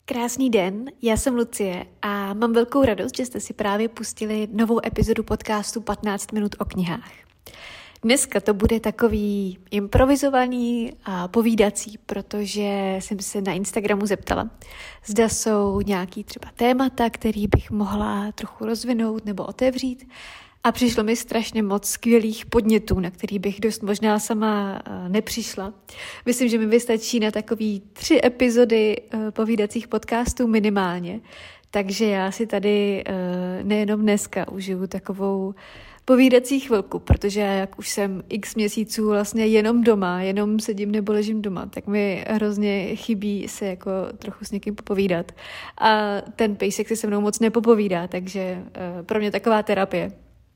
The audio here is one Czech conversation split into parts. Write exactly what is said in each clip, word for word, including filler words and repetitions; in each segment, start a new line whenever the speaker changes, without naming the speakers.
Krásný den, já jsem Lucie a mám velkou radost, že jste si právě pustili novou epizodu podcastu patnáct minut o knihách. Dneska to bude takový improvizovaný a povídací, protože jsem se na Instagramu zeptala, zda jsou nějaký třeba témata, který bych mohla trochu rozvinout nebo otevřít. A přišlo mi strašně moc skvělých podnětů, na který bych dost možná sama nepřišla. Myslím, že mi vystačí na takový tři epizody povídacích podcastů minimálně. Takže já si tady nejenom dneska užiju takovou povídací chvilku, protože jak už jsem x měsíců vlastně jenom doma, jenom sedím nebo ležím doma, tak mi hrozně chybí se jako trochu s někým popovídat. A ten pejsek si se mnou moc nepopovídá, takže pro mě taková terapie.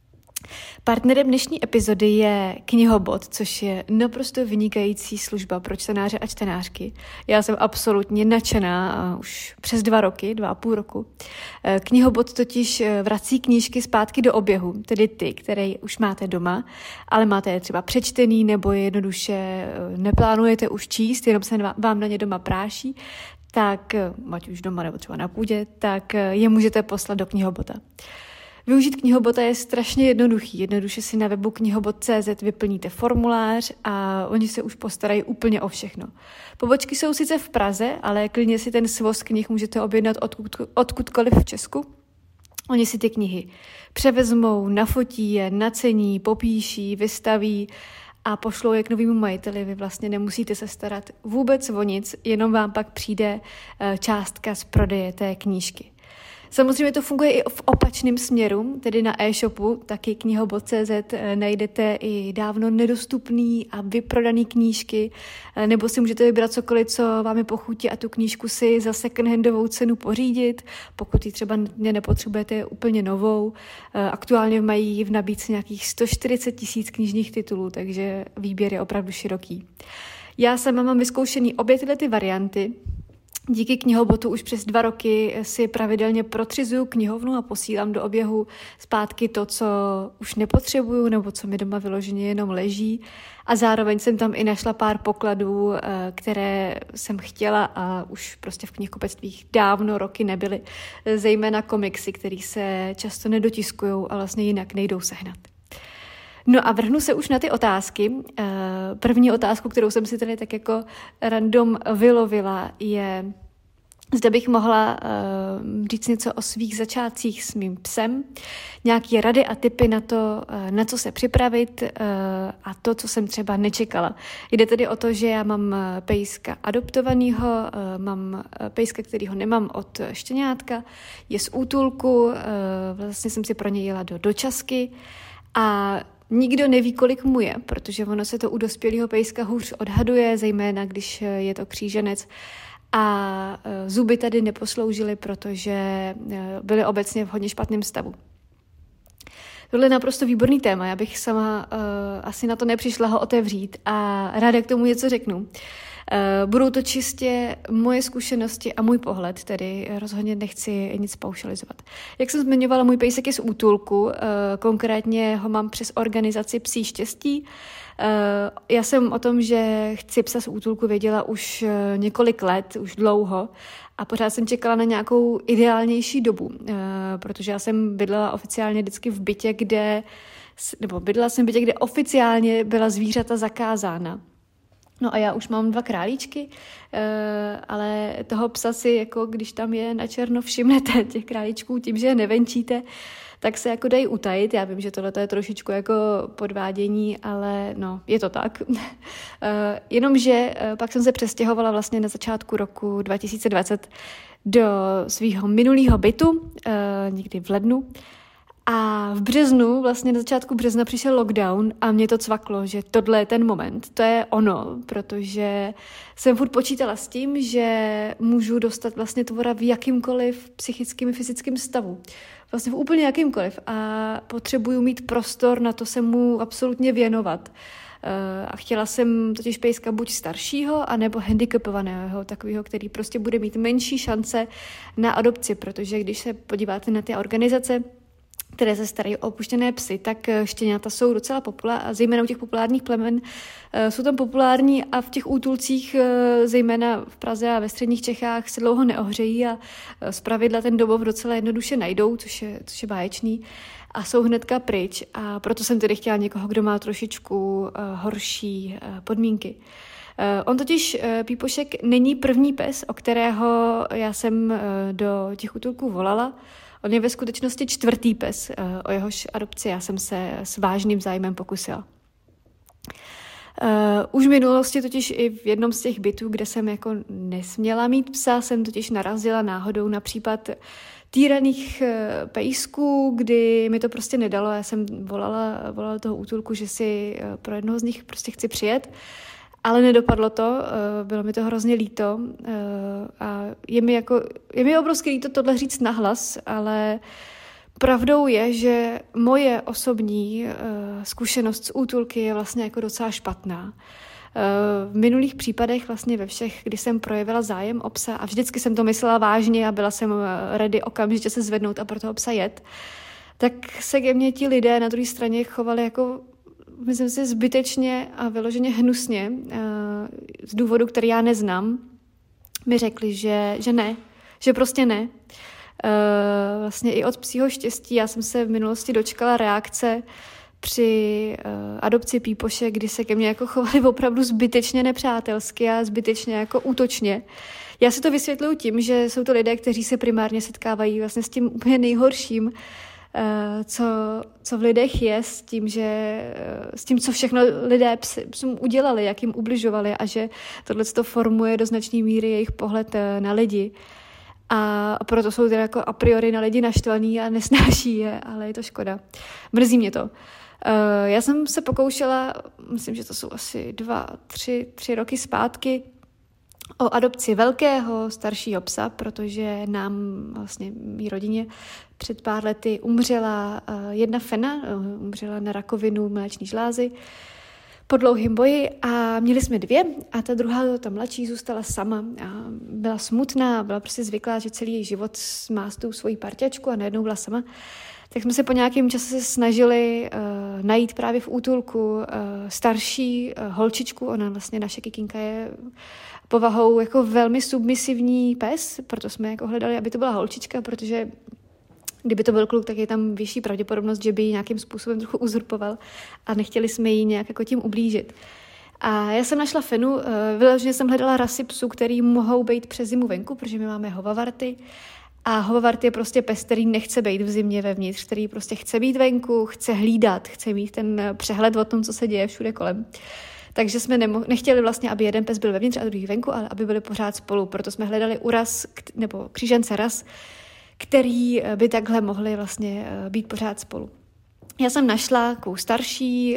Partnerem dnešní epizody je Knihobot, což je naprosto vynikající služba pro čtenáře a čtenářky. Já jsem absolutně nadšená už přes dva roky, dva a půl roku. Knihobot totiž vrací knížky zpátky do oběhu, tedy ty, které už máte doma, ale máte je třeba přečtený nebo je jednoduše neplánujete už číst, jenom se vám na ně doma práší, tak ať už doma nebo třeba na půdě, tak je můžete poslat do Knihobota. Využít Knihobota je strašně jednoduchý. Jednoduše si na webu knihobot tečka cé zet vyplníte formulář a oni se už postarají úplně o všechno. Pobočky jsou sice v Praze, ale klidně si ten svoz knih můžete objednat odkud, odkudkoliv v Česku. Oni si ty knihy převezmou, nafotí je, nacení, popíší, vystaví a pošlou je k novému majiteli. Vy vlastně nemusíte se starat vůbec o nic, jenom vám pak přijde částka z prodeje té knížky. Samozřejmě to funguje i v opačném směru, tedy na e-shopu, taky knihobot tečka cé zet najdete i dávno nedostupný a vyprodaný knížky, nebo si můžete vybrat cokoliv, co vám je pochutí a tu knížku si za second-handovou cenu pořídit, pokud ji třeba nepotřebujete úplně novou. Aktuálně mají v nabídce nějakých sto čtyřicet tisíc knižních titulů, takže výběr je opravdu široký. Já sama mám vyzkoušený obě tyhle ty varianty. Díky Knihobotu už přes dva roky si pravidelně protřizuju knihovnu a posílám do oběhu zpátky to, co už nepotřebuju nebo co mi doma vyloženě jenom leží. A zároveň jsem tam i našla pár pokladů, které jsem chtěla a už prostě v knihkupectvích dávno roky nebyly. Zejména komiksy, které se často nedotiskujou a vlastně jinak nejdou sehnat. No a vrhnu se už na ty otázky. První otázku, kterou jsem si tady tak jako random vylovila, je, zda bych mohla říct něco o svých začátcích s mým psem, nějaké rady a tipy na to, na co se připravit a to, co jsem třeba nečekala. Jde tedy o to, že já mám pejska adoptovanýho, mám pejska, kterýho nemám od štěňátka, je z útulku, vlastně jsem si pro něj jela do dočasky a nikdo neví, kolik mu je, protože ono se to u dospělého pejska hůř odhaduje, zejména když je to kříženec. A zuby tady neposloužily, protože byly obecně v hodně špatném stavu. Tohle je naprosto výborný téma, já bych sama uh, asi na to nepřišla ho otevřít a ráda k tomu něco řeknu. Uh, budou to čistě moje zkušenosti a můj pohled, tedy rozhodně nechci nic paušalizovat. Jak jsem zmiňovala, můj pejsek je z útulku, uh, konkrétně ho mám přes organizaci Psí štěstí. Uh, já jsem o tom, že chci psa z útulku věděla už uh, několik let, už dlouho a pořád jsem čekala na nějakou ideálnější dobu, uh, protože já jsem bydlela oficiálně vždycky v bytě, kde, nebo bydlela jsem v bytě, kde oficiálně byla zvířata zakázána. No a já už mám dva králíčky, ale toho psa si, jako když tam je na černo všimnete těch králíčků tím, že je nevenčíte, tak se jako dají utajit. Já vím, že tohle je trošičku jako podvádění, ale no, je to tak. Jenomže pak jsem se přestěhovala vlastně na začátku roku dva tisíce dvacet do svého minulého bytu, někdy v lednu. A v březnu, vlastně na začátku března přišel lockdown a mě to cvaklo, že tohle je ten moment, to je ono, protože jsem furt počítala s tím, že můžu dostat vlastně tvora v jakýmkoliv psychickým i fyzickým stavu. Vlastně v úplně jakýmkoliv a potřebuju mít prostor na to se mu absolutně věnovat. A chtěla jsem totiž pejska buď staršího, anebo handicapovaného, takového, který prostě bude mít menší šance na adopci, protože když se podíváte na ty organizace, které se starají o opuštěné psy, tak štěňata jsou docela populární, zejména u těch populárních plemen jsou tam populární a v těch útulcích, zejména v Praze a ve středních Čechách, se dlouho neohřejí a zpravidla ten domov docela jednoduše najdou, což je, což je báječný a jsou hnedka pryč a proto jsem tedy chtěla někoho, kdo má trošičku horší podmínky. On totiž, Pípošek, není první pes, o kterého já jsem do těch útulků volala. On je ve skutečnosti čtvrtý pes, o jehož adopci já jsem se s vážným zájmem pokusila. Už v minulosti totiž i v jednom z těch bytů, kde jsem jako nesměla mít psa, jsem totiž narazila náhodou na případ týraných pejsků, kdy mi to prostě nedalo. Já jsem volala, volala toho útulku, že si pro jednoho z nich prostě chci přijet. Ale nedopadlo to, bylo mi to hrozně líto a je mi, jako, je mi obrovský líto tohle říct nahlas, ale pravdou je, že moje osobní zkušenost z útulky je vlastně jako docela špatná. V minulých případech vlastně ve všech, kdy jsem projevila zájem o psa a vždycky jsem to myslela vážně a byla jsem ready okamžitě se zvednout a pro toho psa jet, tak se ke mně ti lidé na druhé straně chovali jako myslím si zbytečně a vyloženě hnusně, z důvodu, který já neznám, mi řekli, že, že ne, že prostě ne. Vlastně i od psího štěstí já jsem se v minulosti dočkala reakce při adopci Pípoše, kdy se ke mně jako chovali opravdu zbytečně nepřátelsky a zbytečně jako útočně. Já si to vysvětluju tím, že jsou to lidé, kteří se primárně setkávají vlastně s tím úplně nejhorším, Co, co v lidech je, s tím, že, s tím, co všechno lidé psům udělali, jak jim ubližovali a že tohle to formuje do značné míry jejich pohled na lidi. A proto jsou teda jako a priori na lidi naštvaný a nesnáší je, ale je to škoda. Mrzí mě to. Já jsem se pokoušela, myslím, že to jsou asi dva, tři, tři roky zpátky, o adopci velkého staršího psa, protože nám, vlastně mý rodině, před pár lety umřela jedna fena, umřela na rakovinu mléční žlázy po dlouhém boji a měli jsme dvě a ta druhá, ta mladší, zůstala sama a byla smutná, byla prostě zvyklá, že celý její život má s tou svojí parťačku a najednou byla sama. Tak jsme se po nějakém čase snažili uh, najít právě v útulku uh, starší uh, holčičku, ona vlastně naše Kikinka je povahou jako velmi submisivní pes, proto jsme jako hledali, aby to byla holčička, protože kdyby to byl kluk, tak je tam vyšší pravděpodobnost, že by ji nějakým způsobem trochu uzurpoval a nechtěli jsme jí nějak jako tím ublížit. A já jsem našla fenu, uh, vyloženě jsem hledala rasy psů, který mohou být přes zimu venku, protože my máme hovavarty. A hovavart je prostě pes, který nechce být v zimě vevnitř, který prostě chce být venku, chce hlídat, chce mít ten přehled o tom, co se děje všude kolem. Takže jsme nemo- nechtěli vlastně, aby jeden pes byl vevnitř a druhý venku, ale aby byli pořád spolu. Proto jsme hledali uraz nebo křížence ras, který by takhle mohli vlastně být pořád spolu. Já jsem našla takovou starší,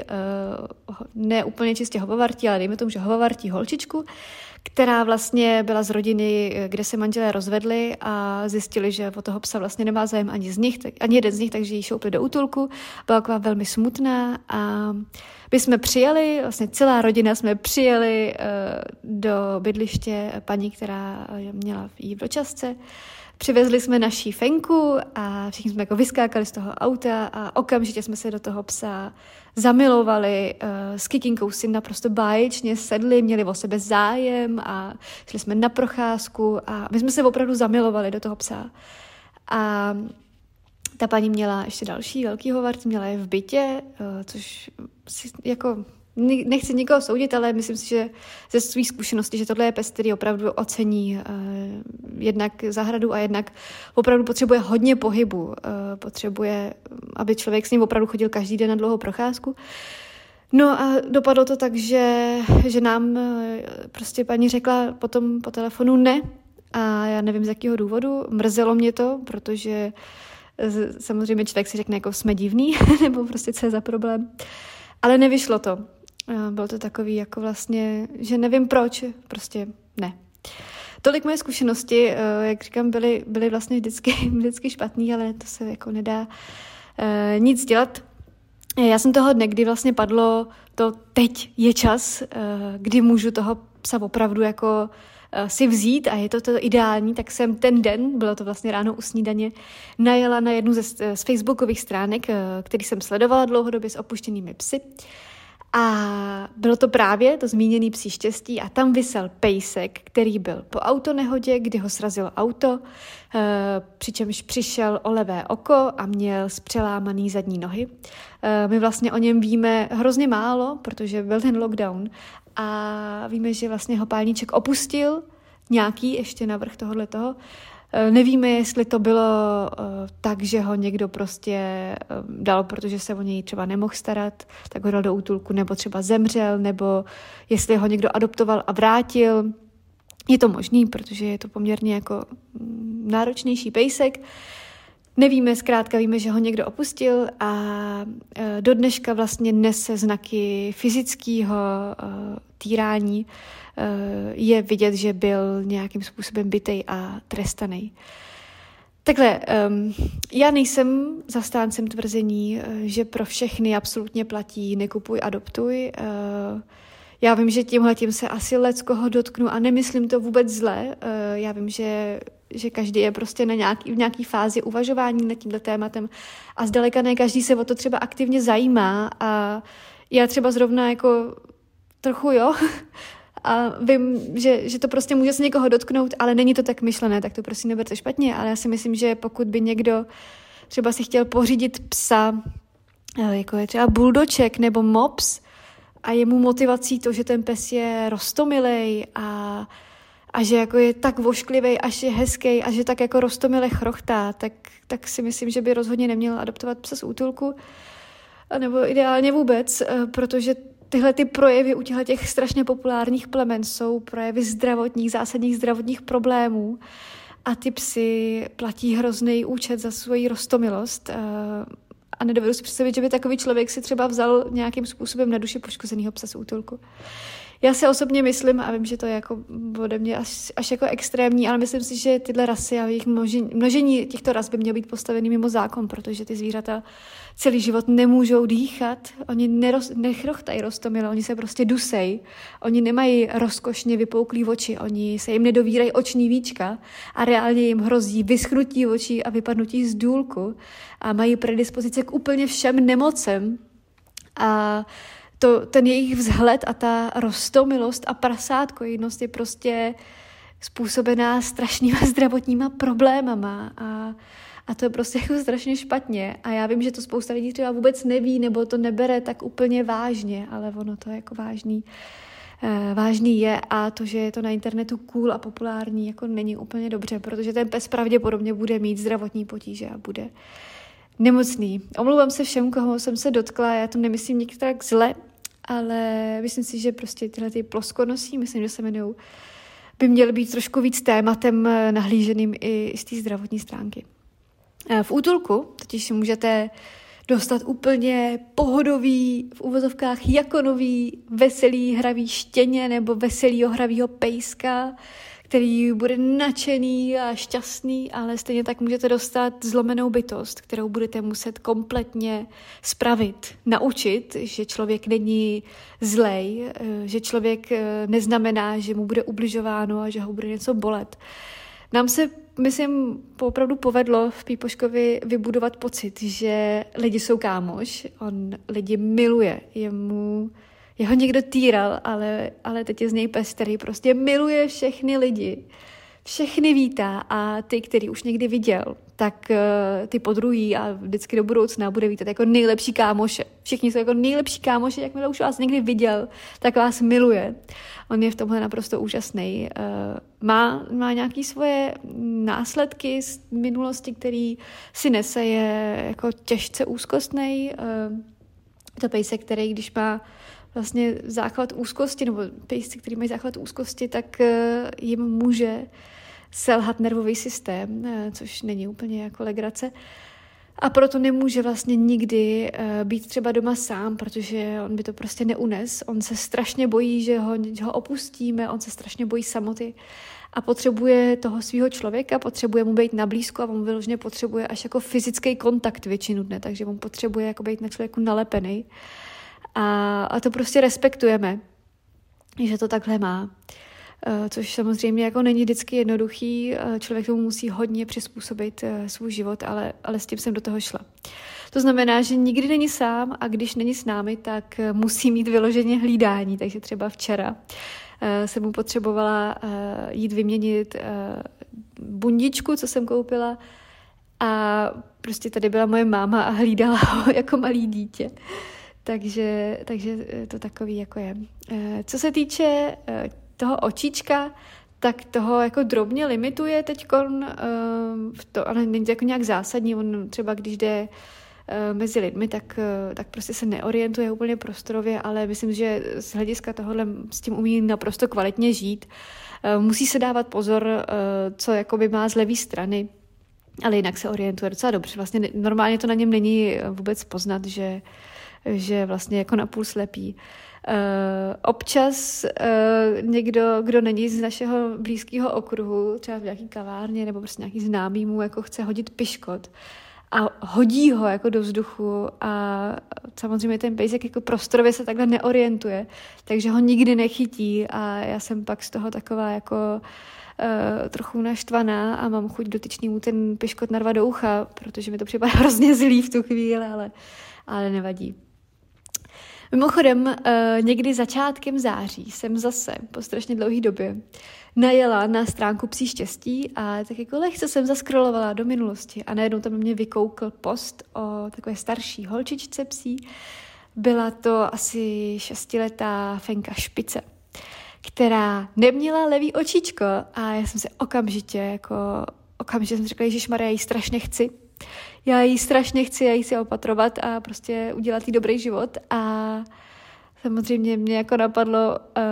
ne úplně čistě hovavartí, ale dejme tomu, že hovavartí holčičku, která vlastně byla z rodiny, kde se manželé rozvedli a zjistili, že o toho psa vlastně nemá zájem ani z nich, ani jeden z nich, takže ji šoupli do útulku. Byla taková velmi smutná a my jsme přijeli, vlastně celá rodina jsme přijeli do bydliště paní, která měla jí v dočasce. Přivezli jsme naší fenku a všichni jsme jako vyskákali z toho auta a okamžitě jsme se do toho psa zamilovali. S Kikinkou si naprosto báječně sedli, měli o sebe zájem a šli jsme na procházku a my jsme se opravdu zamilovali do toho psa. A ta paní měla ještě další velký hovart, měla je v bytě, což si jako nechci nikoho soudit, ale myslím si, že ze svých zkušeností, že tohle je pes, který opravdu ocení uh, jednak zahradu a jednak opravdu potřebuje hodně pohybu. Uh, potřebuje, aby člověk s ním opravdu chodil každý den na dlouhou procházku. No a dopadlo to tak, že, že nám uh, prostě paní řekla potom po telefonu ne a já nevím z jakého důvodu. Mrzelo mě to, protože uh, samozřejmě člověk si řekne, jako jsme divný, nebo prostě co je za problém. Ale nevyšlo to. Bylo to takový jako vlastně, že nevím proč, prostě ne. Tolik moje zkušenosti, jak říkám, byly, byly vlastně vždycky, vždycky špatný, ale to se jako nedá nic dělat. Já jsem toho dne, kdy vlastně padlo to teď je čas, kdy můžu toho psa opravdu jako si vzít a je to, to ideální, tak jsem ten den, bylo to vlastně ráno u snídaně, najela na jednu ze, z facebookových stránek, který jsem sledovala dlouhodobě s opuštěnými psy. A bylo to právě to zmíněný psí štěstí a tam visel pejsek, který byl po autonehodě, kdy ho srazilo auto, přičemž přišel o levé oko a měl zpřelámaný zadní nohy. My vlastně o něm víme hrozně málo, protože byl ten lockdown a víme, že vlastně ho páníček opustil, nějaký ještě navrch tohohle toho. Nevíme, jestli to bylo tak, že ho někdo prostě dal, protože se o něj třeba nemohl starat, tak ho dal do útulku, nebo třeba zemřel, nebo jestli ho někdo adoptoval a vrátil. Je to možný, protože je to poměrně jako náročnější pejsek. Nevíme, zkrátka víme, že ho někdo opustil a do dneška vlastně nese znaky fyzického týrání. Je vidět, že byl nějakým způsobem bitej a trestaný. Takhle, já nejsem zastáncem tvrzení, že pro všechny absolutně platí nekupuj, adoptuj. Já vím, že tímhletím se asi leckoho dotknu a nemyslím to vůbec zle. Já vím, že, že každý je prostě na nějaký, v nějaký fázi uvažování nad tímhle tématem a zdaleka ne každý se o to třeba aktivně zajímá a já třeba zrovna jako trochu jo, a vím, že, že to prostě může se někoho dotknout, ale není to tak myšlené, tak to prostě neberte špatně, ale já si myslím, že pokud by někdo třeba si chtěl pořídit psa, jako je třeba buldoček nebo mops a je mu motivací to, že ten pes je roztomilej a, a že jako je tak vošklivej, až je hezký a že tak jako roztomile chrochtá, tak, tak si myslím, že by rozhodně neměl adoptovat psa z útulku, nebo ideálně vůbec, protože tyhle ty projevy u těchto těch strašně populárních plemen jsou projevy zdravotních, zásadních zdravotních problémů a ty psy platí hrozný účet za svoji roztomilost a nedovedu si představit, že by takový člověk si třeba vzal nějakým způsobem na duši poškozenýho psa z útulku. Já si osobně myslím, a vím, že to je jako ode mě až, až jako extrémní, ale myslím si, že tyhle rasy a jejich množení, množení těchto ras by mělo být postavený mimo zákon, protože ty zvířata celý život nemůžou dýchat, oni neroz, nechrochtají roztomile, oni se prostě dusej, oni nemají rozkošně vypouklý oči, oni se jim nedovírají oční víčka a reálně jim hrozí vyschnutí očí a vypadnutí z důlku a mají predispozice k úplně všem nemocem a To, ten jejich vzhled a ta roztomilost a prasátkojinost je prostě způsobená strašnýma zdravotníma problémama a, a to je prostě jako strašně špatně. A já vím, že to spousta lidí třeba vůbec neví nebo to nebere tak úplně vážně, ale ono to jako vážný, eh, vážný je a to, že je to na internetu cool a populární, jako není úplně dobře, protože ten pes pravděpodobně bude mít zdravotní potíže a bude nemocný. Omlouvám se všem, koho jsem se dotkla, já to nemyslím některak zle, ale myslím si, že prostě tyhle ty ploskonosí, myslím, že se jmenují, by měly být trošku víc tématem nahlíženým i z té zdravotní stránky. V útulku totiž můžete dostat úplně pohodový, v uvozovkách jakonový, veselý, hravý štěně nebo veselýho, hravýho pejska, který bude nadšený a šťastný, ale stejně tak můžete dostat zlomenou bytost, kterou budete muset kompletně spravit, naučit, že člověk není zlej, že člověk neznamená, že mu bude ubližováno a že ho bude něco bolet. Nám se, myslím, opravdu povedlo v Pípoškovi vybudovat pocit, že lidi jsou kámoš, on lidi miluje, jemu jeho někdo týral, ale, ale teď je z něj pes, který prostě miluje všechny lidi. Všechny vítá a ty, který už někdy viděl, tak uh, ty podruhý a vždycky do budoucna bude vítat jako nejlepší kámoše. Všichni jsou jako nejlepší kámoše, jakmile už vás někdy viděl, tak vás miluje. On je v tomhle naprosto úžasný. Uh, má, má nějaké svoje následky z minulosti, který si nese, je jako těžce úzkostnej. Uh, to pejsek, který když má vlastně záchvat úzkosti, nebo pejsci, který mají záchvat úzkosti, tak jim může selhat nervový systém, což není úplně jako legrace. A proto nemůže vlastně nikdy být třeba doma sám, protože on by to prostě neunes. On se strašně bojí, že ho, že ho opustíme, on se strašně bojí samoty a potřebuje toho svého člověka, potřebuje mu být nablízko a on vyloženě potřebuje až jako fyzický kontakt většinu dne, takže on potřebuje jako být na člověku nalepený. A, a to prostě respektujeme, že to takhle má. což samozřejmě jako není vždycky jednoduchý, člověk tomu musí hodně přizpůsobit svůj život, ale, ale s tím jsem do toho šla. To znamená, že nikdy není sám a když není s námi, tak musí mít vyloženě hlídání, takže třeba včera jsem mu potřebovala jít vyměnit bundičku, co jsem koupila, a prostě tady byla moje máma a hlídala ho jako malý dítě. Takže, takže to takový jako je. Co se týče toho očička, tak toho jako drobně limituje teďkon, v to, ale není to jako nějak zásadní. On třeba když jde mezi lidmi, tak, tak prostě se neorientuje úplně prostorově, ale myslím, že z hlediska tohohle s tím umí naprosto kvalitně žít. Musí se dávat pozor, co jakoby má z levé strany, ale jinak se orientuje docela dobře. Vlastně normálně to na něm není vůbec poznat, že, že vlastně jako napůl slepý. Uh, občas uh, někdo, kdo není z našeho blízkého okruhu, třeba v nějaký kavárně nebo prostě nějaký známý mu jako chce hodit piškot a hodí ho jako do vzduchu a samozřejmě ten pejsek jako prostorově se takhle neorientuje, takže ho nikdy nechytí a já jsem pak z toho taková jako uh, trochu naštvaná a mám chuť dotyčnému ten piškot narvat do ucha, protože mi to připadá hrozně zlý v tu chvíli, ale, ale nevadí. Mimochodem, někdy začátkem září jsem zase po strašně dlouhé době najela na stránku Psí štěstí a tak jako lehce jsem zaskrolovala do minulosti a najednou tam mě vykoukl post o takové starší holčičce psí. Byla to asi šestiletá Fenka Špice, která neměla levý očičko a já jsem se okamžitě jako okamžitě jsem řekla, ježišmarja, já ji strašně chci. Já ji strašně chci, já ji chci opatrovat a prostě udělat jí dobrý život a samozřejmě mě jako napadlo, uh,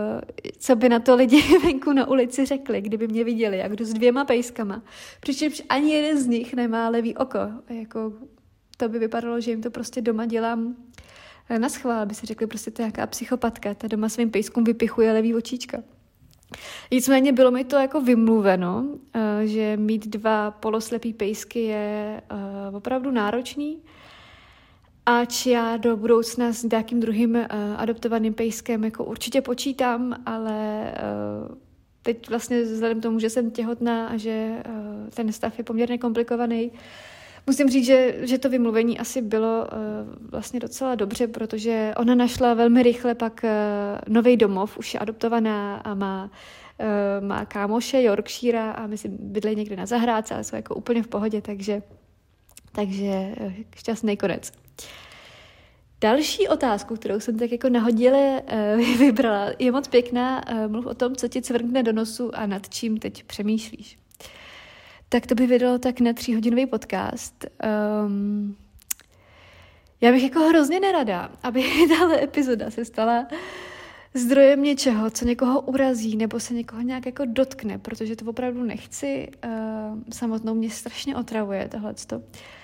co by na to lidi venku na ulici řekli, kdyby mě viděli, jak jdu s dvěma pejskama. Přičemž ani jeden z nich nemá levý oko. Jako, to by vypadalo, že jim to prostě doma dělám na schvál, by se řekli, prostě to je jaká psychopatka, ta doma svým pejskům vypichuje levý očíčka. Nicméně bylo mi to jako vymluveno, že mít dva poloslepý pejsky je opravdu náročný, ač já do budoucna s nějakým druhým adoptovaným pejskem jako určitě počítám, ale teď vlastně vzhledem tomu, že jsem těhotná a že ten stav je poměrně komplikovaný, musím říct, že, že to vymluvení asi bylo uh, vlastně docela dobře, protože ona našla velmi rychle pak uh, nový domov, už je adoptovaná a má, uh, má kámoše Yorkshire a my si bydlejí někde na zahrádce, ale jsou jako úplně v pohodě, takže, takže uh, šťastný konec. Další otázku, kterou jsem tak jako nahodile uh, vybrala, je moc pěkná. Uh, mluv o tom, co ti cvrkne do nosu a nad čím teď přemýšlíš. Tak to by vydalo tak na tříhodinový podcast. Um, já bych jako hrozně nerada, aby tahle epizoda se stala zdrojem něčeho, co někoho urazí nebo se někoho nějak jako dotkne, protože to opravdu nechci. Uh, samotnou mě strašně otravuje tohleto.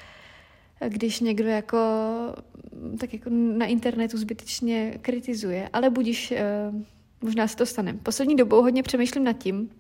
Když někdo jako tak jako na internetu zbytečně kritizuje, ale budiš, uh, možná se to stane. Poslední dobou hodně přemýšlím nad tím,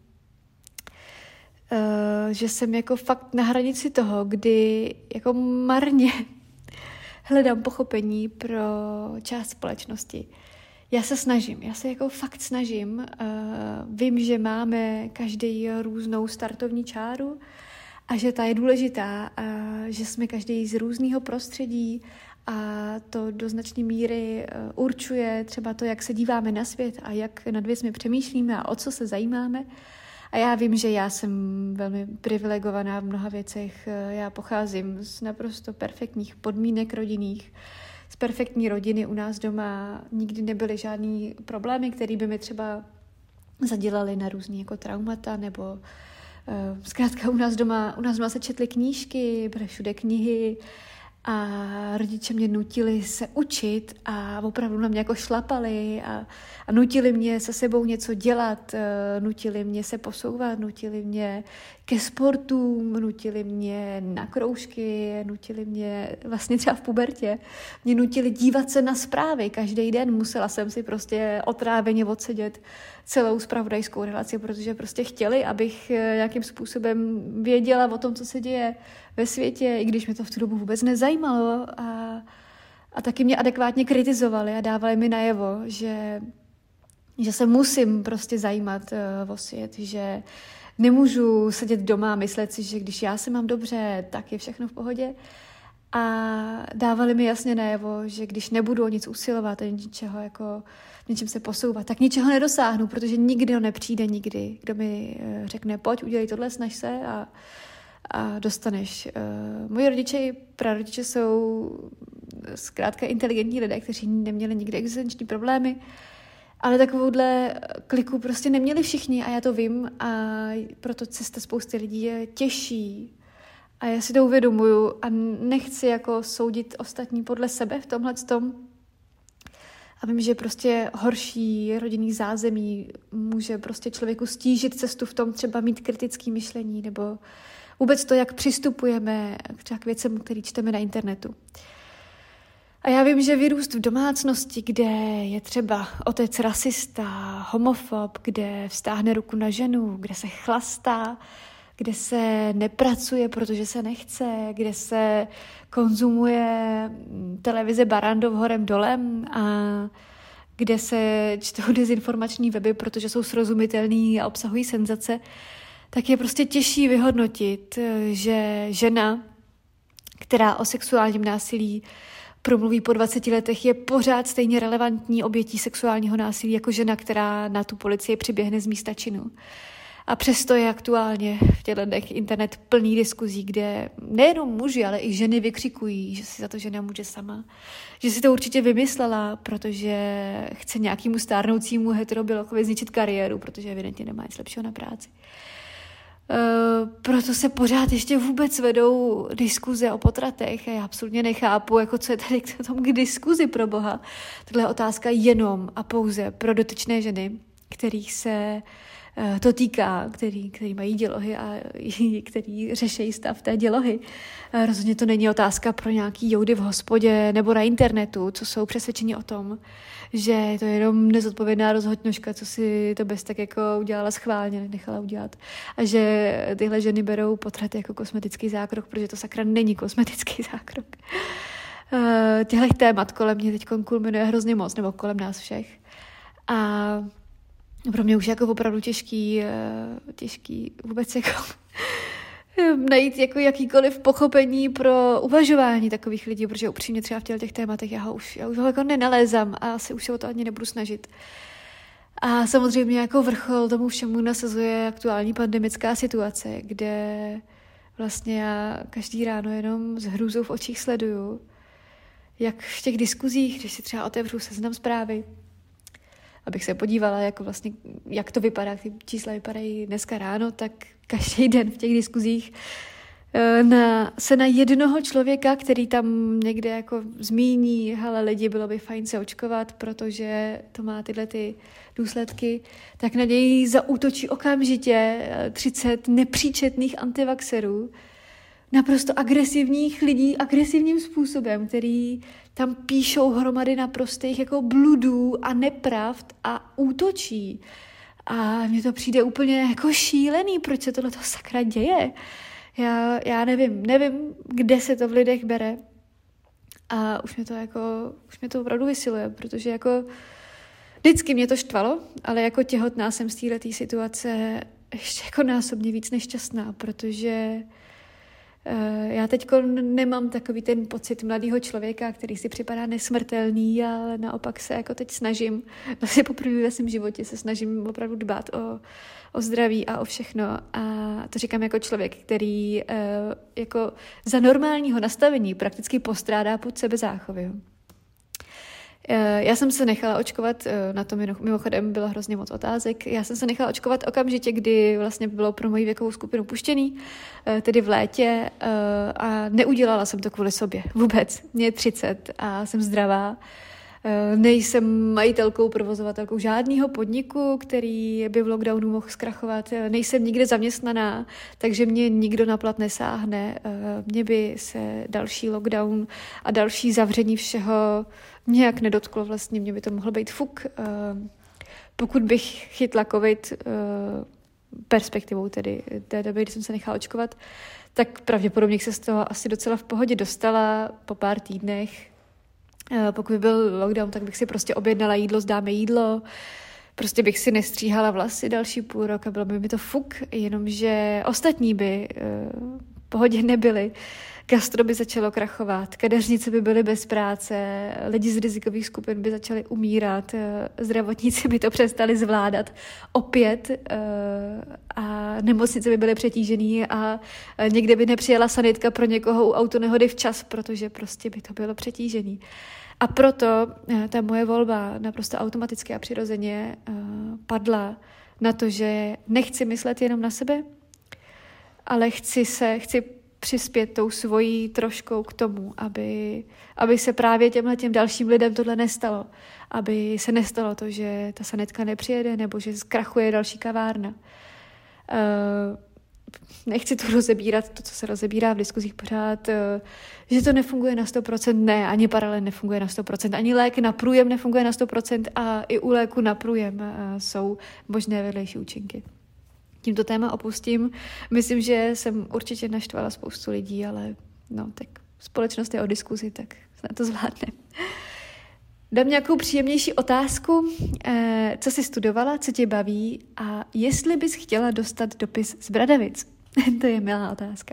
Uh, že jsem jako fakt na hranici toho, kdy jako marně hledám pochopení pro část společnosti. Já se snažím, já se jako fakt snažím. Uh, vím, že máme každý různou startovní čáru a že ta je důležitá a že jsme každý z různého prostředí a to do značné míry uh, určuje třeba to, jak se díváme na svět a jak nad věcmi přemýšlíme a o co se zajímáme. A já vím, že já jsem velmi privilegovaná v mnoha věcech. Já pocházím z naprosto perfektních podmínek rodinných, z perfektní rodiny u nás doma. Nikdy nebyly žádný problémy, které by mi třeba zadělaly na různý jako traumata, nebo uh, zkrátka u nás doma, u nás doma se četly knížky, byly všude knihy a rodiče mě nutili se učit a opravdu na mě jako šlapali a, a nutili mě se sebou něco dělat, nutili mě se posouvat, nutili mě ke sportům, nutili mě na kroužky, nutili mě vlastně třeba v pubertě, mě nutili dívat se na zprávy každý den, musela jsem si prostě otráveně odsedět celou zpravodajskou relaci, protože prostě chtěli, abych nějakým způsobem věděla o tom, co se děje ve světě, i když mě to v tu dobu vůbec nezajímalo a, a taky mě adekvátně kritizovali a dávali mi najevo, že, že se musím prostě zajímat uh, o svět, že nemůžu sedět doma a myslet si, že když já se mám dobře, tak je všechno v pohodě. A dávali mi jasně najevo, že když nebudu o nic usilovat a ničeho jako něčem se posouvat, tak ničeho nedosáhnu, protože nikdo nepřijde nikdy, kdo mi uh, řekne, pojď, udělej tohle, snaž se a, a dostaneš. Uh, moji rodiče i prarodiče jsou zkrátka inteligentní lidé, kteří neměli nikdy existenční problémy, ale takovouhle kliku prostě neměli všichni a já to vím a proto cesta spousty lidí je těžší. A já si to uvědomuju a nechci jako soudit ostatní podle sebe v tomhletom. A vím, že prostě horší rodinný zázemí může prostě člověku stížit cestu v tom třeba mít kritické myšlení nebo vůbec to, jak přistupujeme třeba k věcem, který čteme na internetu. A já vím, že vyrůst v domácnosti, kde je třeba otec rasista, homofob, kde vztáhne ruku na ženu, kde se chlastá, kde se nepracuje, protože se nechce, kde se konzumuje televize Barrandov horem dolem a kde se čtou dezinformační weby, protože jsou srozumitelný a obsahují senzace, tak je prostě těžší vyhodnotit, že žena, která o sexuálním násilí promluví po dvaceti letech, je pořád stejně relevantní obětí sexuálního násilí jako žena, která na tu policii přiběhne z místa činu. A přesto je aktuálně v těchto dnech internet plný diskuzí, kde nejenom muži, ale i ženy vykřikují, že si za to žena může sama. Že si to určitě vymyslela, protože chce nějakému stárnoucímu heterobilokovi zničit kariéru, protože evidentně nemá nic lepšího na práci. Uh, proto se pořád ještě vůbec vedou diskuze o potratech a já absolutně nechápu, jako co je tady k tomu k diskuzi pro boha. Tohle je otázka jenom a pouze pro dotyčné ženy, kterých se uh, to týká, který, který mají dělohy a který řeší stav té dělohy. Uh, rozhodně to není otázka pro nějaký joudy v hospodě nebo na internetu, co jsou přesvědčeni o tom, že to je jenom nezodpovědná rozhodnožka, co si to bez tak jako udělala schválně, nechala udělat. A že tyhle ženy berou potrat jako kosmetický zákrok, protože to sakra není kosmetický zákrok. Uh, těchto témat kolem mě teď kulminuje hrozně moc, nebo kolem nás všech. A pro mě už jako opravdu těžký, uh, těžký vůbec jako najít jako jakýkoliv pochopení pro uvažování takových lidí, protože upřímně třeba v těch tématech já ho už, já už ho jako nenalézám a asi už se o to ani nebudu snažit. A samozřejmě jako vrchol tomu všemu nasazuje aktuální pandemická situace, kde vlastně já každý ráno jenom s hrůzou v očích sleduju, jak v těch diskuzích, když si třeba otevřu Seznam Zprávy, abych se podívala, jako vlastně, jak to vypadá, jak ty čísla vypadají dneska ráno, tak každý den v těch diskuzích na, se na jednoho člověka, který tam někde jako zmíní, hele lidi, bylo by fajn se očkovat, protože to má tyhle ty důsledky, tak na něj zaútočí okamžitě třicet nepříčetných antivaxerů, naprosto agresivních lidí, agresivním způsobem, který tam píšou hromady naprostých jako bludů a nepravd a útočí. A mně to přijde úplně jako šílený, proč se tohle sakra děje. Já, já nevím, nevím, kde se to v lidech bere. A už mě to jako, už mě to opravdu vysiluje, protože jako vždycky mě to štvalo, ale jako těhotná jsem z této situace ještě jako násobně víc nešťastná, protože uh, já teď nemám takový ten pocit mladého člověka, který si připadá nesmrtelný, ale naopak se jako teď snažím, vlastně poprvé ve svém životě se snažím opravdu dbát o, o zdraví a o všechno. A to říkám jako člověk, který uh, jako za normálního nastavení prakticky postrádá pod sebezáchovy. Já jsem se nechala očkovat, na tom mimochodem bylo hrozně moc otázek, já jsem se nechala očkovat okamžitě, kdy vlastně bylo pro moji věkovou skupinu puštěný, tedy v létě, a neudělala jsem to kvůli sobě vůbec. Mně je třicet a jsem zdravá. Nejsem majitelkou, provozovatelkou žádného podniku, který by v lockdownu mohl zkrachovat. Nejsem nikde zaměstnaná, takže mě nikdo na plat nesáhne. Mě by se další lockdown a další zavření všeho nějak nedotklo. Vlastně mě by to mohl být fuk. Pokud bych chytla covid perspektivou tedy té doby, kdy jsem se nechala očkovat, tak pravděpodobně se z toho asi docela v pohodě dostala po pár týdnech. Pokud by byl lockdown, tak bych si prostě objednala jídlo, zdáme jídlo, prostě bych si nestříhala vlasy další půl rok a bylo by mi to fuk, jenomže ostatní by uh, v pohodě nebyli. Gastro by začalo krachovat, kadeřnice by byly bez práce, lidi z rizikových skupin by začali umírat, zdravotníci by to přestali zvládat opět a nemocnice by byly přetížený a někde by nepřijela sanitka pro někoho u autonehody včas, protože prostě by to bylo přetížený. A proto ta moje volba naprosto automaticky a přirozeně padla na to, že nechci myslet jenom na sebe, ale chci se, chci přispět tou svojí troškou k tomu, aby, aby se právě těmhle těm dalším lidem tohle nestalo. Aby se nestalo to, že ta sanitka nepřijede nebo že zkrachuje další kavárna. Uh, nechci tu rozebírat to, co se rozebírá v diskuzích pořád, uh, že to nefunguje na sto procent, ne, ani paralel nefunguje na sto procent, ani lék na průjem nefunguje na sto procent a i u léku na průjem uh, jsou možné vedlejší účinky. Tímto téma opustím. Myslím, že jsem určitě naštvala spoustu lidí, ale no, tak společnost je o diskuzi, tak snad to zvládne. Dám nějakou příjemnější otázku. Eh, co jsi studovala, co tě baví a jestli bys chtěla dostat dopis z Bradavic? To je milá otázka.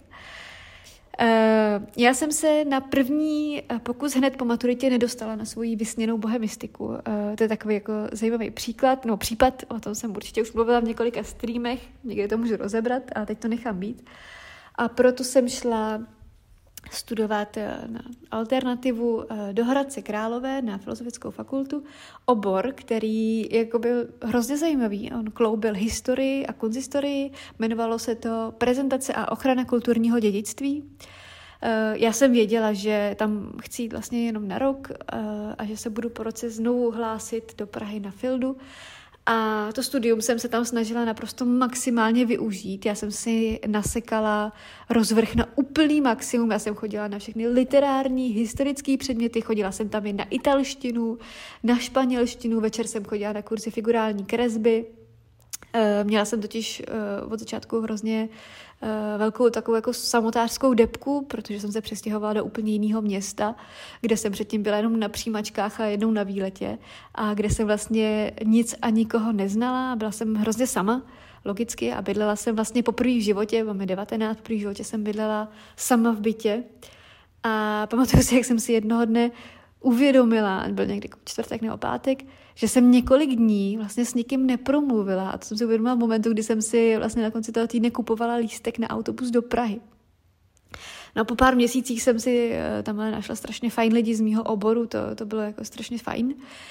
Uh, já jsem se na první pokus hned po maturitě nedostala na svoji vysněnou bohemistiku. Uh, to je takový jako zajímavý příklad, no případ, o tom jsem určitě už mluvila v několika streamech, někde to můžu rozebrat, ale teď to nechám být. A proto jsem šla studovat na alternativu do Hradce Králové na Filozofickou fakultu obor, který jako byl hrozně zajímavý. On kloubil historii a konzistorii, jmenovalo se to Prezentace a ochrana kulturního dědictví. Já jsem věděla, že tam chci jít vlastně jenom na rok a že se budu po roce znovu hlásit do Prahy na Fildu. A to studium jsem se tam snažila naprosto maximálně využít. Já jsem si nasekala rozvrh na úplný maximum. Já jsem chodila na všechny literární, historické předměty. Chodila jsem tam i na italštinu, na španělštinu. Večer jsem chodila na kurzy figurální kresby. Měla jsem totiž od začátku hrozně velkou takovou jako samotářskou depku, protože jsem se přestěhovala do úplně jiného města, kde jsem předtím byla jenom na přijímačkách a jednou na výletě a kde jsem vlastně nic a nikoho neznala. Byla jsem hrozně sama, logicky, a bydlela jsem vlastně poprvé v životě, mám devatenáct, poprvé v životě jsem bydlela sama v bytě a pamatuju si, jak jsem si jednoho dne uvědomila, byl někdy čtvrtek nebo pátek, že jsem několik dní vlastně s nikým nepromluvila a to jsem si uvědomila v momentu, kdy jsem si vlastně na konci toho týdne kupovala lístek na autobus do Prahy. No a po pár měsících jsem si tam našla strašně fajn lidi z mýho oboru, to, to bylo jako strašně fajn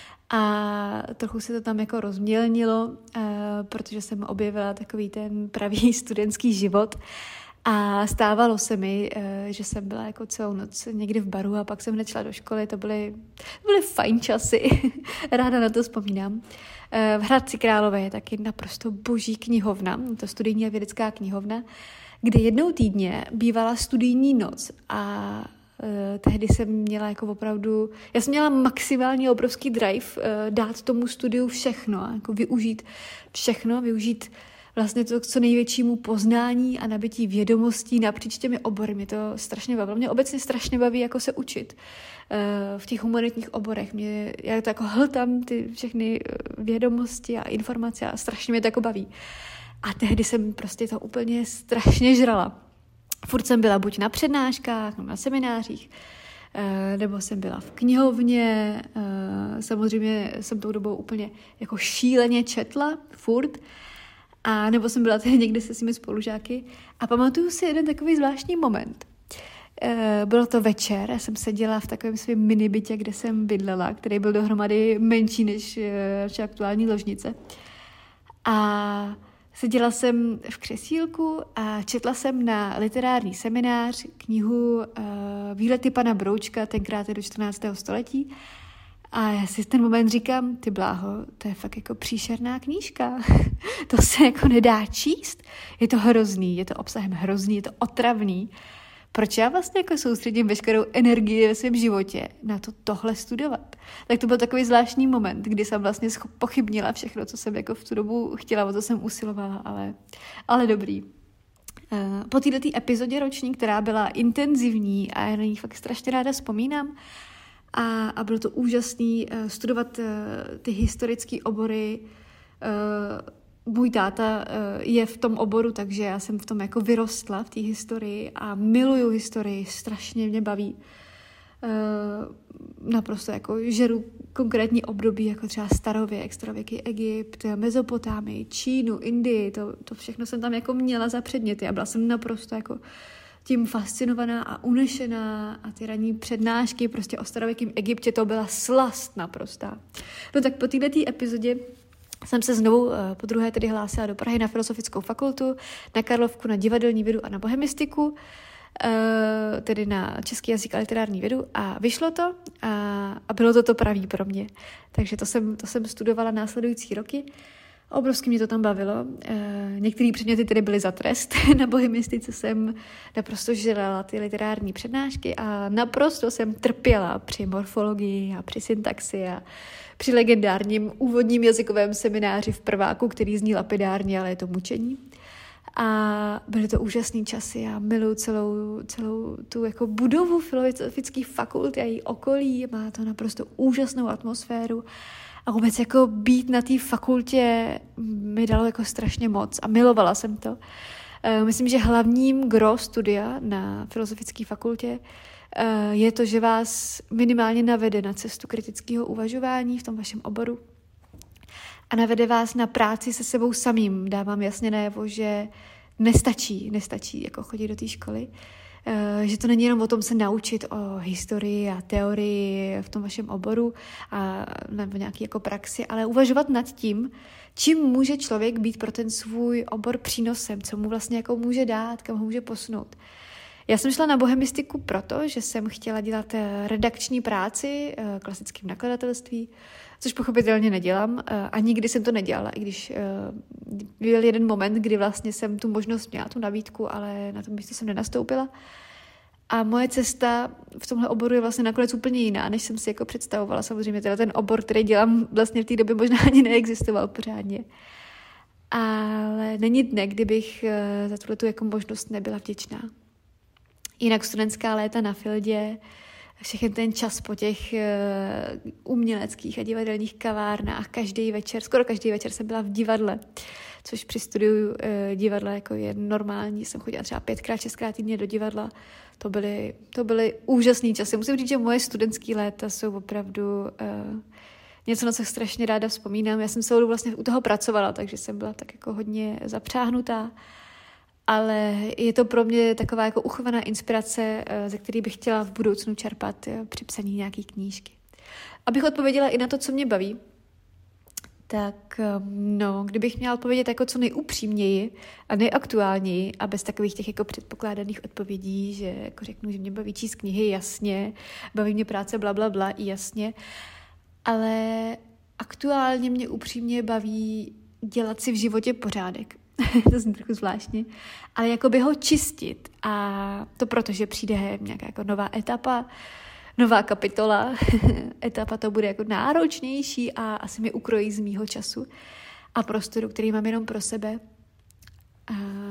a trochu se to tam jako rozmělnilo, protože jsem objevila takový ten pravý studentský život. A stávalo se mi, že jsem byla jako celou noc někdy v baru a pak jsem hned šla do školy. To byly, to byly fajn časy. Ráda na to vzpomínám. V Hradci Králové je taky naprosto boží knihovna, to studijní a vědecká knihovna, kde jednou týdně bývala studijní noc a Uh, tehdy jsem měla jako opravdu, já jsem měla maximálně obrovský drive uh, dát tomu studiu všechno, jako využít všechno, využít vlastně to k co největšímu poznání a nabití vědomostí napříč těmi obory. Mě to strašně bavilo. Mě obecně strašně baví jako se učit uh, v těch humanitních oborech. Mě, já to jako hltám ty všechny vědomosti a informace a strašně mě to jako baví. A tehdy jsem prostě to úplně strašně žrala. Furt jsem byla buď na přednáškách, na seminářích, nebo jsem byla v knihovně, samozřejmě jsem tou dobou úplně jako šíleně četla, furt, a nebo jsem byla tady někde se svými spolužáky a pamatuju si jeden takový zvláštní moment. Bylo to večer, já jsem seděla v takovém svém minibytě, kde jsem bydlela, který byl dohromady menší než naše aktuální ložnice. A seděla jsem v křesílku a četla jsem na literární seminář knihu uh, Výlety pana Broučka, tenkrát je do čtrnáctého století. A já si v ten moment říkám, ty bláho, to je fakt jako příšerná knížka. To se jako nedá číst. Je to hrozný, je to obsahem hrozný, je to otravný. Proč já vlastně jako soustředím veškerou energii ve svém životě na to tohle studovat? Tak to byl takový zvláštní moment, kdy jsem vlastně pochybnila všechno, co jsem jako v tu dobu chtěla, o co jsem usilovala, ale, ale dobrý. Po této epizodě roční, která byla intenzivní a já na ní fakt strašně ráda vzpomínám, a, a bylo to úžasný studovat ty historické obory můj táta je v tom oboru, takže já jsem v tom jako vyrostla, v té historii a miluju historii, strašně mě baví. Naprosto jako žeru konkrétní období, jako třeba starověk, starověký Egypt, Mezopotámii, Čínu, Indii, to, to všechno jsem tam jako měla za předměty a byla jsem naprosto jako tím fascinovaná a unešená a ty ranní přednášky prostě o starověkém Egyptě, to byla slast naprostá. No tak po této epizodě jsem se znovu po druhé tedy hlásila do Prahy na Filozofickou fakultu, na Karlovku na divadelní vědu a na bohemistiku, tedy na český jazyk a literární vědu a vyšlo to a, a bylo to to pravý pro mě. Takže to jsem, to jsem studovala následující roky. Obrovsky mě to tam bavilo. Některé předměty tedy byly za trest. Na bohemistice jsem naprosto žrala ty literární přednášky a naprosto jsem trpěla při morfologii a při syntaxi a při legendárním úvodním jazykovém semináři v prváku, který zní lapidárně, ale je to mučení. A byly to úžasné časy. Já miluji celou, celou tu jako budovu filozofické fakulty a její okolí. Má to naprosto úžasnou atmosféru. A vůbec jako být na té fakultě mi dalo jako strašně moc a milovala jsem to. Myslím, že hlavním gros studia na filozofické fakultě je to, že vás minimálně navede na cestu kritického uvažování v tom vašem oboru a navede vás na práci se sebou samým. Dávám jasně najevo, že nestačí, nestačí jako chodit do té školy, že to není jenom o tom se naučit o historii a teorii v tom vašem oboru a nebo nějaký jako praxi, ale uvažovat nad tím, čím může člověk být pro ten svůj obor přínosem, co mu vlastně jako může dát, kam ho může posunout. Já jsem šla na bohemistiku proto, že jsem chtěla dělat redakční práci klasickým nakladatelství, což pochopitelně nedělám a nikdy jsem to nedělala, i když byl jeden moment, kdy vlastně jsem tu možnost měla, tu nabídku, ale na tom místě jsem nenastoupila. A moje cesta v tomhle oboru je vlastně nakonec úplně jiná, než jsem si jako představovala. Samozřejmě teda ten obor, který dělám, vlastně v té době možná ani neexistoval pořádně. Ale není dne, kdybych za tuhletu jako možnost nebyla vděčná. Jinak studentská léta na Fildě, všechny ten čas po těch uh, uměleckých a divadelních kavárnách, každý večer, skoro každý večer jsem byla v divadle, což při studiu uh, divadla jako je normální, jsem chodila třeba pětkrát, šestkrát týdně do divadla, to byly, to byly úžasný časy. Musím říct, že moje studentské léta jsou opravdu uh, něco, na co strašně ráda vzpomínám. Já jsem celou dobu vlastně u toho pracovala, takže jsem byla tak jako hodně zapřáhnutá. Ale je to pro mě taková jako uchovaná inspirace, ze které bych chtěla v budoucnu čerpat při psaní nějaký knížky. Abych odpověděla i na to, co mě baví, tak no, kdybych měla odpovědět jako co nejupřímněji a nejaktuálněji a bez takových těch jako předpokládaných odpovědí, že jako řeknu, že mě baví číst knihy, jasně, baví mě práce, blablabla, bla, bla, jasně, ale aktuálně mě upřímně baví dělat si v životě pořádek. To zní trochu zvláštně, ale jakoby ho čistit a to proto, že přijde nějaká jako nová etapa, nová kapitola, etapa to bude jako náročnější a asi mi ukrojí z mýho času a prostoru, který mám jenom pro sebe. A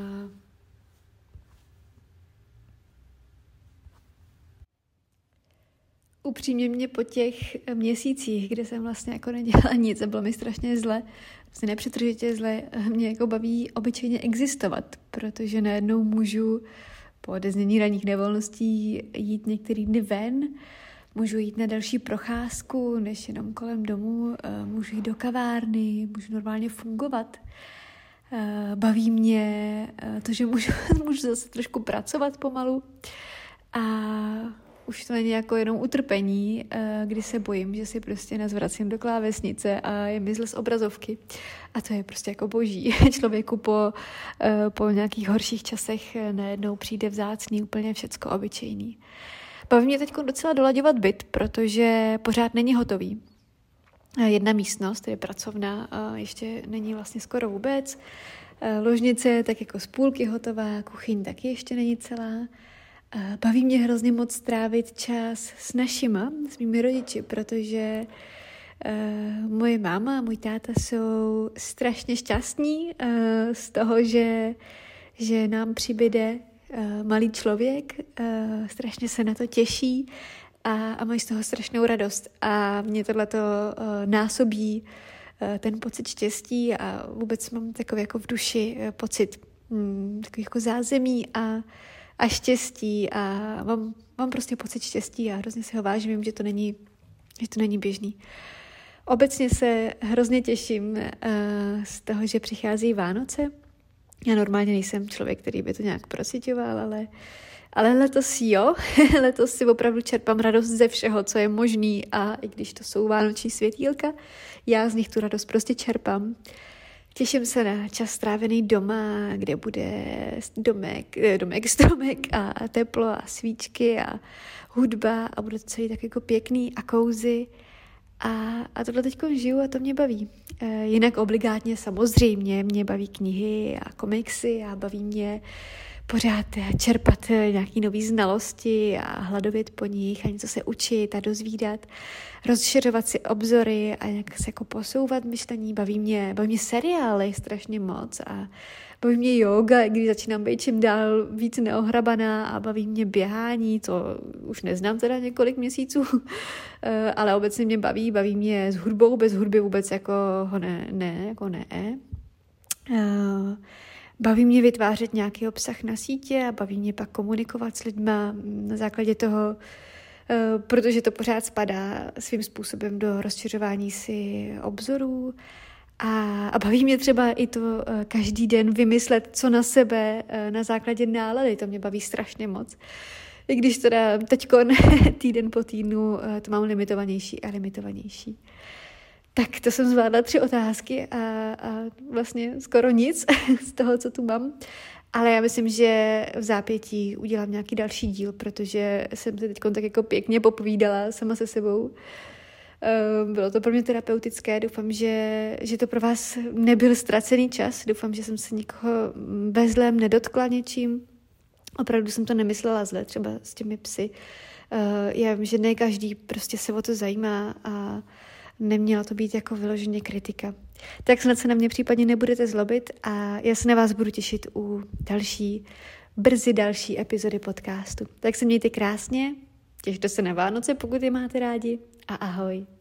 upřímně mě po těch měsících, kde jsem vlastně jako nedělala nic a bylo mi strašně zle, vlastně nepřetržitě zle, mě jako baví obyčejně existovat, protože najednou můžu po odeznění ranních nevolností jít některý dny ven, můžu jít na další procházku, než jenom kolem domu, můžu jít do kavárny, můžu normálně fungovat. Baví mě to, že můžu, můžu zase trošku pracovat pomalu a už to není jako jenom utrpení, kdy se bojím, že si prostě nazvracím do klávesnice a je mi zle z obrazovky. A to je prostě jako boží. Člověku po, po nějakých horších časech najednou přijde vzácný úplně všecko obyčejný. Baví mě teď docela dolaďovat byt, protože pořád není hotový. Jedna místnost, tedy pracovna, ještě není vlastně skoro vůbec. Ložnice je tak jako z půlky hotová, kuchyň taky ještě není celá. Baví mě hrozně moc trávit čas s našima, s mými rodiči, protože uh, moje máma a můj táta jsou strašně šťastní uh, z toho, že, že nám přibyde uh, malý člověk, uh, strašně se na to těší a, a mají z toho strašnou radost. A mě tohleto uh, násobí ten pocit štěstí a vůbec mám takový jako v duši pocit hm, takový jako zázemí a, a štěstí a mám, mám prostě pocit štěstí a hrozně si ho vážím, vím, že to není, že to není běžný. Obecně se hrozně těším uh, z toho, že přichází Vánoce. Já normálně nejsem člověk, který by to nějak procitoval, ale, ale letos jo, letos si opravdu čerpám radost ze všeho, co je možný a i když to jsou vánoční světýlka, já z nich tu radost prostě čerpám. Těším se na čas strávený doma, kde bude domek, domek, stromek a teplo a svíčky a hudba a bude to celý tak jako pěkný a cozy. A, a tohle teďko žiju a to mě baví. E, jinak obligátně samozřejmě mě baví knihy a komiksy a baví mě pořád čerpat nějaké nové znalosti a hladovět po nich a něco se učit a dozvídat, rozšiřovat si obzory a nějak se jako posouvat myšlení. Baví mě, baví mě seriály strašně moc a baví mě yoga, když začínám být čím dál víc neohrabaná a baví mě běhání, to už neznám teda několik měsíců, ale obecně mě baví, baví mě s hudbou, bez hudby vůbec jako ho ne, ne, jako ne. Baví mě vytvářet nějaký obsah na sítě a baví mě pak komunikovat s lidma na základě toho, protože to pořád spadá svým způsobem do rozšiřování si obzorů. A, a baví mě třeba i to uh, každý den vymyslet, co na sebe uh, na základě nálady. To mě baví strašně moc. I když teda teďko týden po týdnu uh, to mám limitovanější a limitovanější. Tak to jsem zvládla tři otázky a, a vlastně skoro nic z toho, co tu mám. Ale já myslím, že v zápětí udělám nějaký další díl, protože jsem se teď tak jako pěkně popovídala sama se sebou. Bylo to pro mě terapeutické, doufám, že, že to pro vás nebyl ztracený čas, doufám, že jsem se nikoho ve zlém nedotkla něčím. Opravdu jsem to nemyslela zle, třeba s těmi psy. Já vím, že ne každý prostě se o to zajímá a neměla to být jako vyloženě kritika. Tak snad se na mě případně nebudete zlobit a já se na vás budu těšit u další, brzy další epizody podcastu. Tak se mějte krásně, těšte se na Vánoce, pokud je máte rádi a ahoj.